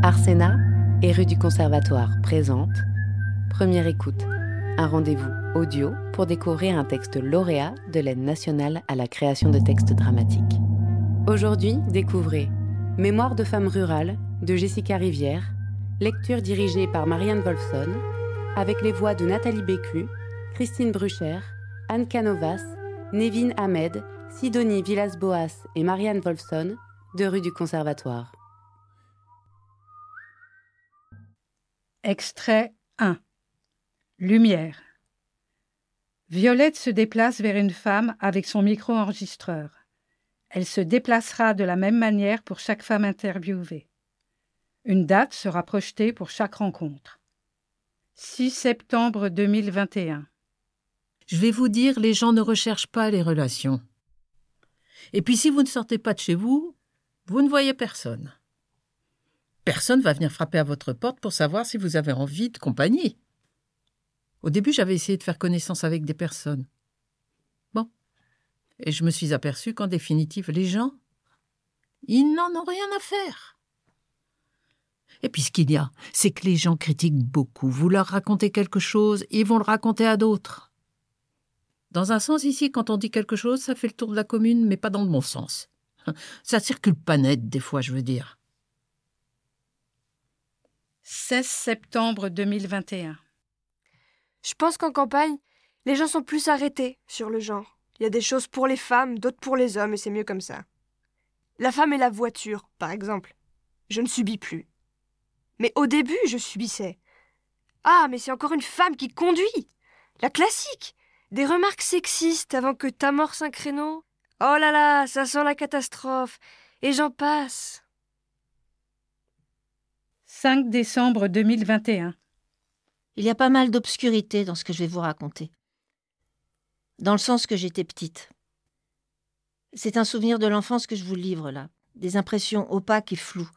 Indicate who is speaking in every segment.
Speaker 1: Arsena et rue du Conservatoire présente Première écoute, un rendez-vous audio pour découvrir un texte lauréat de l'aide nationale à la création de textes dramatiques. Aujourd'hui, découvrez Mémoires de femmes rurales de Jessica Rivière, lecture dirigée par Marianne Wolfson, avec les voix de Nathalie Bécu, Christine Brucher, Anne Canovas, Nevin Ahmed, Sidonie Villas-Boas et Marianne Wolfson, de rue du Conservatoire.
Speaker 2: Extrait 1. Lumière. Violette se déplace vers une femme avec son micro-enregistreur. Elle se déplacera de la même manière pour chaque femme interviewée. Une date sera projetée pour chaque rencontre. 6 septembre 2021.
Speaker 3: Je vais vous dire, les gens ne recherchent pas les relations. Et puis si vous ne sortez pas de chez vous, vous ne voyez personne. Personne va venir frapper à votre porte pour savoir si vous avez envie de compagnie. Au début, j'avais essayé de faire connaissance avec des personnes. Bon. Et je me suis aperçue qu'en définitive, les gens, ils n'en ont rien à faire. Et puis ce qu'il y a, c'est que les gens critiquent beaucoup. Vous leur racontez quelque chose, ils vont le raconter à d'autres. Dans un sens, ici, quand on dit quelque chose, ça fait le tour de la commune, mais pas dans le bon sens. Ça circule pas net, des fois, je veux dire.
Speaker 2: 16 septembre 2021.
Speaker 4: Je pense qu'en campagne, les gens sont plus arrêtés sur le genre. Il y a des choses pour les femmes, d'autres pour les hommes, et c'est mieux comme ça. La femme et la voiture, par exemple. Je ne subis plus. Mais au début, je subissais. Ah, mais c'est encore une femme qui conduit. La classique. Des remarques sexistes avant que t'amorces un créneau. Oh là là, ça sent la catastrophe. Et j'en passe.
Speaker 2: 5 décembre 2021.
Speaker 5: Il y a pas mal d'obscurité dans ce que je vais vous raconter. Dans le sens que j'étais petite. C'est un souvenir de l'enfance que je vous livre là, des impressions opaques et floues.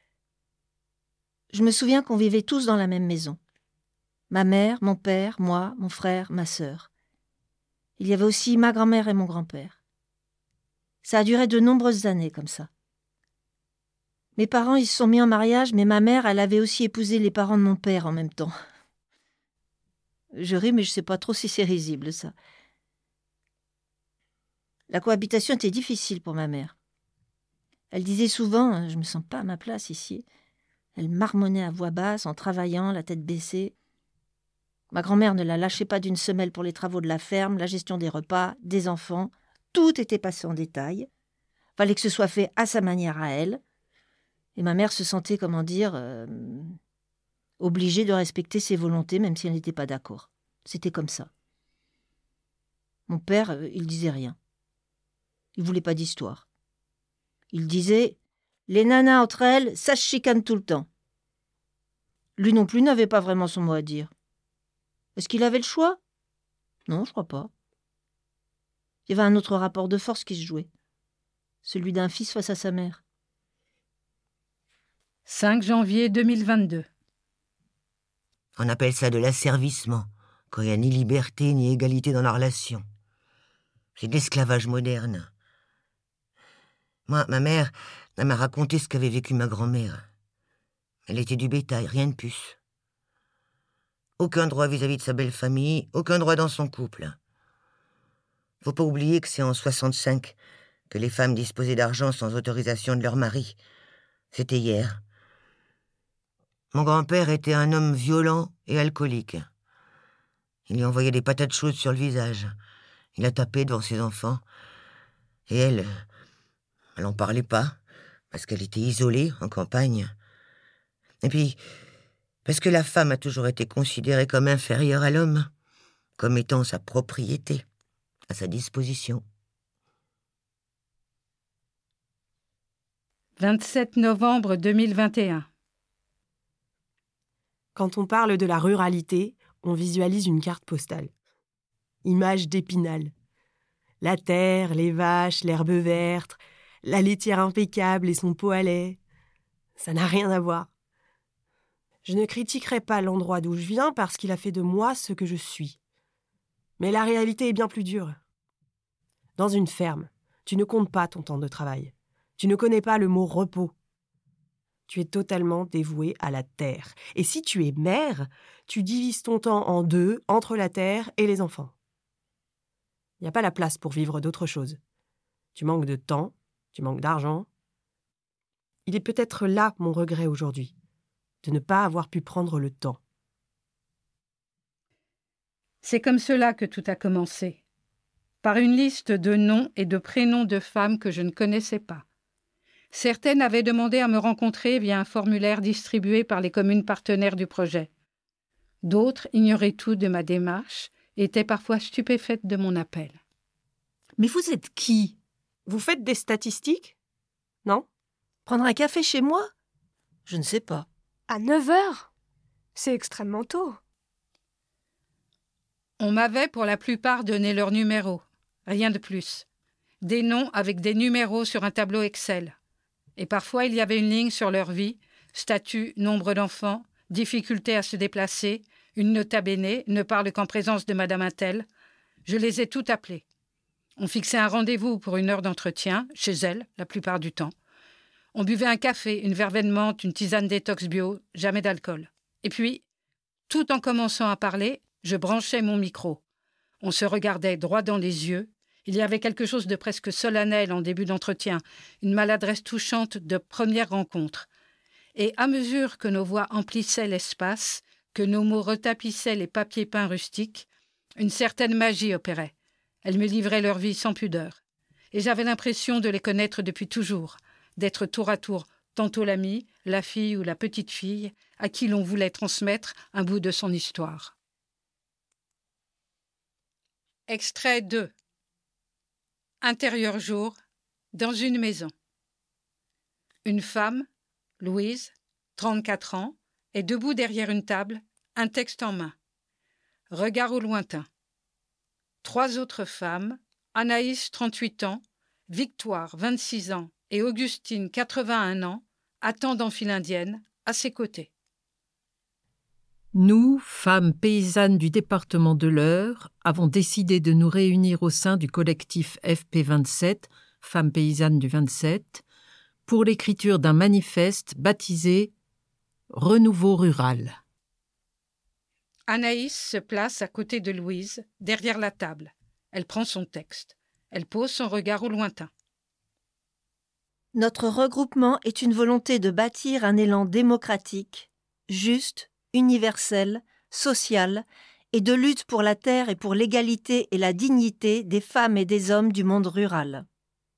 Speaker 5: Je me souviens qu'on vivait tous dans la même maison. Ma mère, mon père, moi, mon frère, ma sœur. Il y avait aussi ma grand-mère et mon grand-père. Ça a duré de nombreuses années comme ça. Mes parents, ils se sont mis en mariage, mais ma mère, elle avait aussi épousé les parents de mon père en même temps. Je ris, mais je sais pas trop si c'est risible, ça. La cohabitation était difficile pour ma mère. Elle disait souvent « Je me sens pas à ma place ici ». Elle marmonnait à voix basse, en travaillant, la tête baissée. Ma grand-mère ne la lâchait pas d'une semelle pour les travaux de la ferme, la gestion des repas, des enfants. Tout était passé en détail. Fallait que ce soit fait à sa manière à elle. Et ma mère se sentait, obligée de respecter ses volontés, même si elle n'était pas d'accord. C'était comme ça. Mon père, il disait rien. Il voulait pas d'histoire. Il disait « Les nanas entre elles, ça se chicane tout le temps ». Lui non plus n'avait pas vraiment son mot à dire. Est-ce qu'il avait le choix ? Non, je crois pas. Il y avait un autre rapport de force qui se jouait. Celui d'un fils face à sa mère.
Speaker 2: 5 janvier 2022.
Speaker 6: On appelle ça de l'asservissement, quand il n'y a ni liberté ni égalité dans la relation. C'est de l'esclavage moderne. Moi, ma mère, elle m'a raconté ce qu'avait vécu ma grand-mère. Elle était du bétail, rien de plus. Aucun droit vis-à-vis de sa belle famille, aucun droit dans son couple. Faut pas oublier que c'est en 65 que les femmes disposaient d'argent sans autorisation de leur mari. C'était hier. Mon grand-père était un homme violent et alcoolique. Il lui envoyait des patates chaudes sur le visage. Il la tapait devant ses enfants. Et elle en parlait pas, parce qu'elle était isolée en campagne. Et puis, parce que la femme a toujours été considérée comme inférieure à l'homme, comme étant sa propriété, à sa disposition.
Speaker 2: 27 novembre 2021.
Speaker 7: Quand on parle de la ruralité, on visualise une carte postale. Image d'Épinal. La terre, les vaches, l'herbe verte, la laitière impeccable et son pot à lait. Ça n'a rien à voir. Je ne critiquerai pas l'endroit d'où je viens parce qu'il a fait de moi ce que je suis. Mais la réalité est bien plus dure. Dans une ferme, tu ne comptes pas ton temps de travail. Tu ne connais pas le mot repos. tu es totalement dévouée à la terre. Et si tu es mère, tu divises ton temps en deux entre la terre et les enfants. Il n'y a pas la place pour vivre d'autre chose. Tu manques de temps, tu manques d'argent. Il est peut-être là mon regret aujourd'hui, de ne pas avoir pu prendre le temps.
Speaker 2: C'est comme cela que tout a commencé, par une liste de noms et de prénoms de femmes que je ne connaissais pas. Certaines avaient demandé à me rencontrer via un formulaire distribué par les communes partenaires du projet. D'autres ignoraient tout de ma démarche et étaient parfois stupéfaites de mon appel.
Speaker 3: Mais vous êtes qui?
Speaker 7: Vous faites des statistiques? Non?
Speaker 5: Prendre un café chez moi? Je ne sais pas.
Speaker 4: À 9h? C'est extrêmement tôt.
Speaker 2: On m'avait pour la plupart donné leur numéro, rien de plus. Des noms avec des numéros sur un tableau Excel. Et parfois il y avait une ligne sur leur vie, statut, nombre d'enfants, difficulté à se déplacer, une nota bene, ne parle qu'en présence de Madame Untel. Je les ai toutes appelées. On fixait un rendez-vous pour 1 heure d'entretien, chez elles, la plupart du temps. On buvait un café, une verveine menthe, une tisane détox bio, jamais d'alcool. Et puis, tout en commençant à parler, je branchais mon micro. On se regardait droit dans les yeux. Il y avait quelque chose de presque solennel en début d'entretien, une maladresse touchante de première rencontre. Et à mesure que nos voix emplissaient l'espace, que nos mots retapissaient les papiers peints rustiques, une certaine magie opérait. Elles me livraient leur vie sans pudeur. Et j'avais l'impression de les connaître depuis toujours, d'être tour à tour tantôt l'amie, la fille ou la petite fille à qui l'on voulait transmettre un bout de son histoire. Extrait 2. Intérieur jour, dans une maison. Une femme, Louise, 34 ans, est debout derrière une table, un texte en main. Regard au lointain. 3 autres femmes, Anaïs, 38 ans, Victoire, 26 ans, et Augustine, 81 ans, attendent en file indienne, à ses côtés.
Speaker 3: Nous, femmes paysannes du département de l'Eure, avons décidé de nous réunir au sein du collectif FP27, Femmes paysannes du 27, pour l'écriture d'un manifeste baptisé « Renouveau rural ».
Speaker 2: Anaïs se place à côté de Louise, derrière la table. Elle prend son texte. Elle pose son regard au lointain.
Speaker 5: Notre regroupement est une volonté de bâtir un élan démocratique, juste, universel, social et de lutte pour la terre et pour l'égalité et la dignité des femmes et des hommes du monde rural.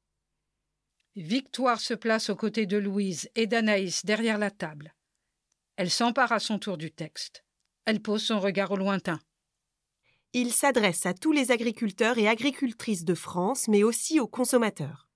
Speaker 2: Victoire se place aux côtés de Louise et d'Anaïs derrière la table. Elle s'empare à son tour du texte. Elle pose son regard au lointain.
Speaker 7: Il s'adresse à tous les agriculteurs et agricultrices de France, mais aussi aux consommateurs.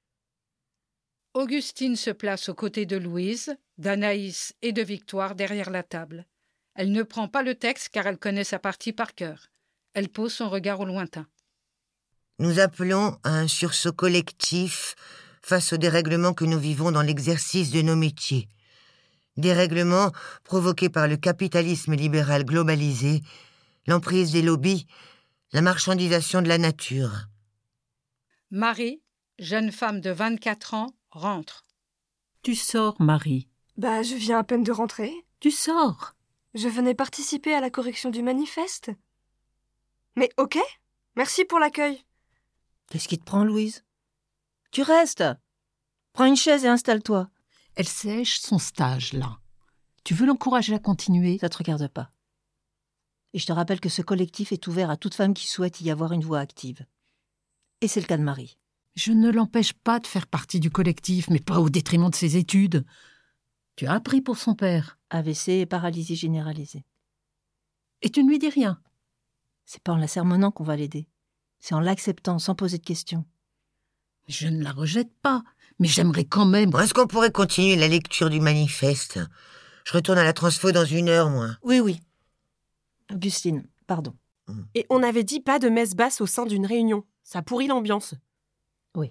Speaker 2: Augustine se place aux côtés de Louise, d'Anaïs et de Victoire derrière la table. Elle ne prend pas le texte car elle connaît sa partie par cœur. Elle pose son regard au lointain.
Speaker 6: Nous appelons à un sursaut collectif face aux dérèglements que nous vivons dans l'exercice de nos métiers. Dérèglements provoqués par le capitalisme libéral globalisé, l'emprise des lobbies, la marchandisation de la nature.
Speaker 2: Marie, jeune femme de 24 ans, rentre.
Speaker 3: Tu sors, Marie.
Speaker 4: Je viens à peine de rentrer.
Speaker 3: Tu sors.
Speaker 4: Je venais participer à la correction du manifeste. Mais ok, merci pour l'accueil.
Speaker 5: Qu'est-ce qui te prend, Louise? Tu restes. Prends une chaise et installe-toi.
Speaker 3: Elle sèche son stage, là. Tu veux l'encourager à continuer?
Speaker 5: Ça te regarde pas. Et je te rappelle que ce collectif est ouvert à toute femme qui souhaite y avoir une voix active. Et c'est le cas de Marie.
Speaker 3: Je ne l'empêche pas de faire partie du collectif, mais pas au détriment de ses études. Tu as appris pour son père.
Speaker 5: AVC et paralysie généralisée.
Speaker 3: Et tu ne lui dis rien?
Speaker 5: C'est pas en la sermonnant qu'on va l'aider. C'est en l'acceptant, sans poser de questions.
Speaker 3: Je ne la rejette pas, mais j'aimerais quand même...
Speaker 6: Est-ce qu'on pourrait continuer la lecture du manifeste? Je retourne à la transfo dans 1 heure, moi.
Speaker 5: Oui. Augustine, pardon.
Speaker 7: Et on avait dit pas de messe basse au sein d'une réunion. Ça pourrit l'ambiance.
Speaker 5: Oui.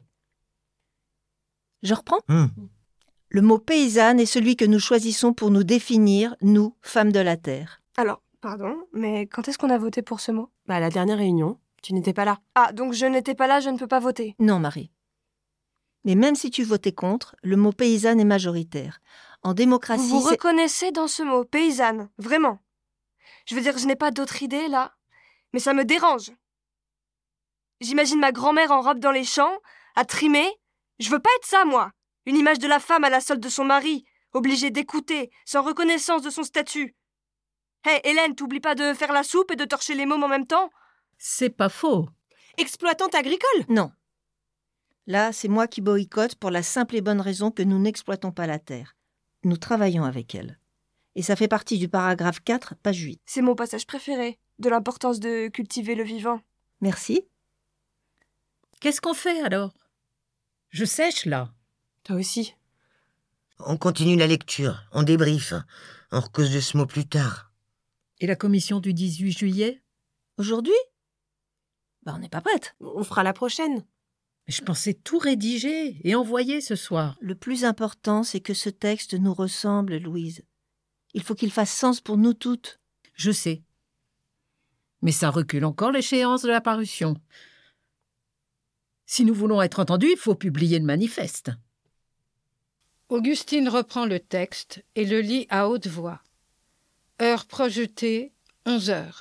Speaker 5: Je reprends? Le mot paysanne est celui que nous choisissons pour nous définir, nous, femmes de la terre.
Speaker 4: Alors, pardon, mais quand est-ce qu'on a voté pour ce mot?
Speaker 7: À la dernière réunion, tu n'étais pas là.
Speaker 4: Ah, donc je n'étais pas là, je ne peux pas voter.
Speaker 5: Non, Marie. Mais même si tu votais contre, le mot paysanne est majoritaire. En démocratie,
Speaker 4: Vous vous reconnaissez dans ce mot, paysanne, vraiment. Je veux dire, je n'ai pas d'autre idée, là, mais ça me dérange. J'imagine ma grand-mère en robe dans les champs, à trimer. Je veux pas être ça, moi. Une image de la femme à la solde de son mari, obligée d'écouter, sans reconnaissance de son statut. Hé, Hélène, t'oublies pas de faire la soupe et de torcher les mômes en même temps?
Speaker 3: C'est pas faux.
Speaker 7: Exploitante agricole?
Speaker 5: Non. Là, c'est moi qui boycotte pour la simple et bonne raison que nous n'exploitons pas la terre. Nous travaillons avec elle. Et ça fait partie du paragraphe 4, page 8.
Speaker 4: C'est mon passage préféré, de l'importance de cultiver le vivant.
Speaker 5: Merci.
Speaker 3: Qu'est-ce qu'on fait alors? Je sèche là.
Speaker 7: Toi aussi.
Speaker 6: On continue la lecture, on débriefe. On recose de ce mot plus tard.
Speaker 3: Et la commission du 18 juillet?
Speaker 5: Aujourd'hui? On n'est pas prête.
Speaker 7: On fera la prochaine.
Speaker 3: Mais je pensais tout rédiger et envoyer ce soir.
Speaker 5: Le plus important, c'est que ce texte nous ressemble, Louise. Il faut qu'il fasse sens pour nous toutes.
Speaker 3: Je sais. Mais ça recule encore l'échéance de la parution. Si nous voulons être entendus, il faut publier le manifeste.
Speaker 2: Augustine reprend le texte et le lit à haute voix. Heure projetée, 11 heures.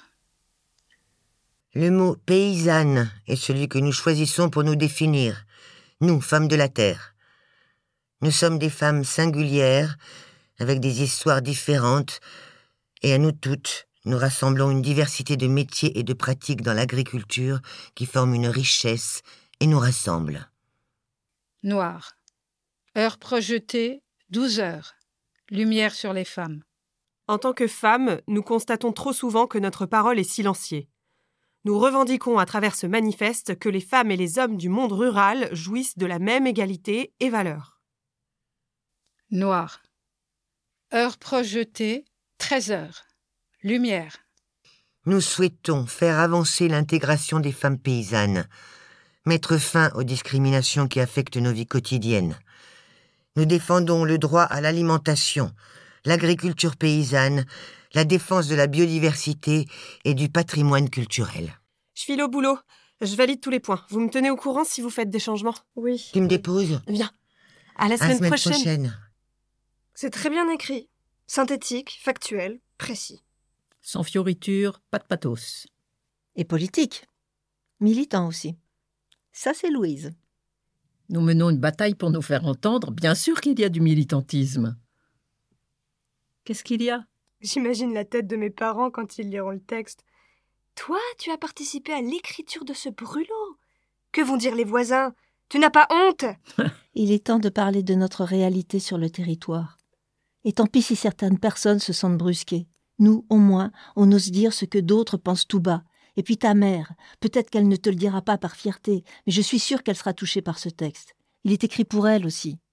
Speaker 6: Le mot paysanne est celui que nous choisissons pour nous définir, nous, femmes de la terre. Nous sommes des femmes singulières, avec des histoires différentes, et à nous toutes, nous rassemblons une diversité de métiers et de pratiques dans l'agriculture qui forment une richesse et nous rassemblent.
Speaker 2: Noir. Heure projetée, 12 heures. Lumière sur les femmes.
Speaker 7: En tant que femmes, nous constatons trop souvent que notre parole est silenciée. Nous revendiquons à travers ce manifeste que les femmes et les hommes du monde rural jouissent de la même égalité et valeur.
Speaker 2: Noir. Heure projetée, 13 heures. Lumière.
Speaker 6: Nous souhaitons faire avancer l'intégration des femmes paysannes, mettre fin aux discriminations qui affectent nos vies quotidiennes. Nous défendons le droit à l'alimentation, l'agriculture paysanne, la défense de la biodiversité et du patrimoine culturel.
Speaker 7: Je file au boulot. Je valide tous les points. Vous me tenez au courant si vous faites des changements?
Speaker 4: Oui.
Speaker 6: Tu me déposes?
Speaker 7: Viens. À la
Speaker 6: À
Speaker 7: semaine
Speaker 6: la
Speaker 7: prochaine.
Speaker 4: C'est très bien écrit. Synthétique, factuel, précis.
Speaker 3: Sans fioriture, pas de pathos.
Speaker 5: Et politique. Militant aussi. Ça, c'est Louise.
Speaker 3: Nous menons une bataille pour nous faire entendre. Bien sûr qu'il y a du militantisme. Qu'est-ce qu'il y a?
Speaker 4: J'imagine la tête de mes parents quand ils liront le texte. Toi, tu as participé à l'écriture de ce brûlot. Que vont dire les voisins? Tu n'as pas honte?
Speaker 5: Il est temps de parler de notre réalité sur le territoire. Et tant pis si certaines personnes se sentent brusquées. Nous, au moins, on ose dire ce que d'autres pensent tout bas. Et puis ta mère, peut-être qu'elle ne te le dira pas par fierté, mais je suis sûre qu'elle sera touchée par ce texte. Il est écrit pour elle aussi.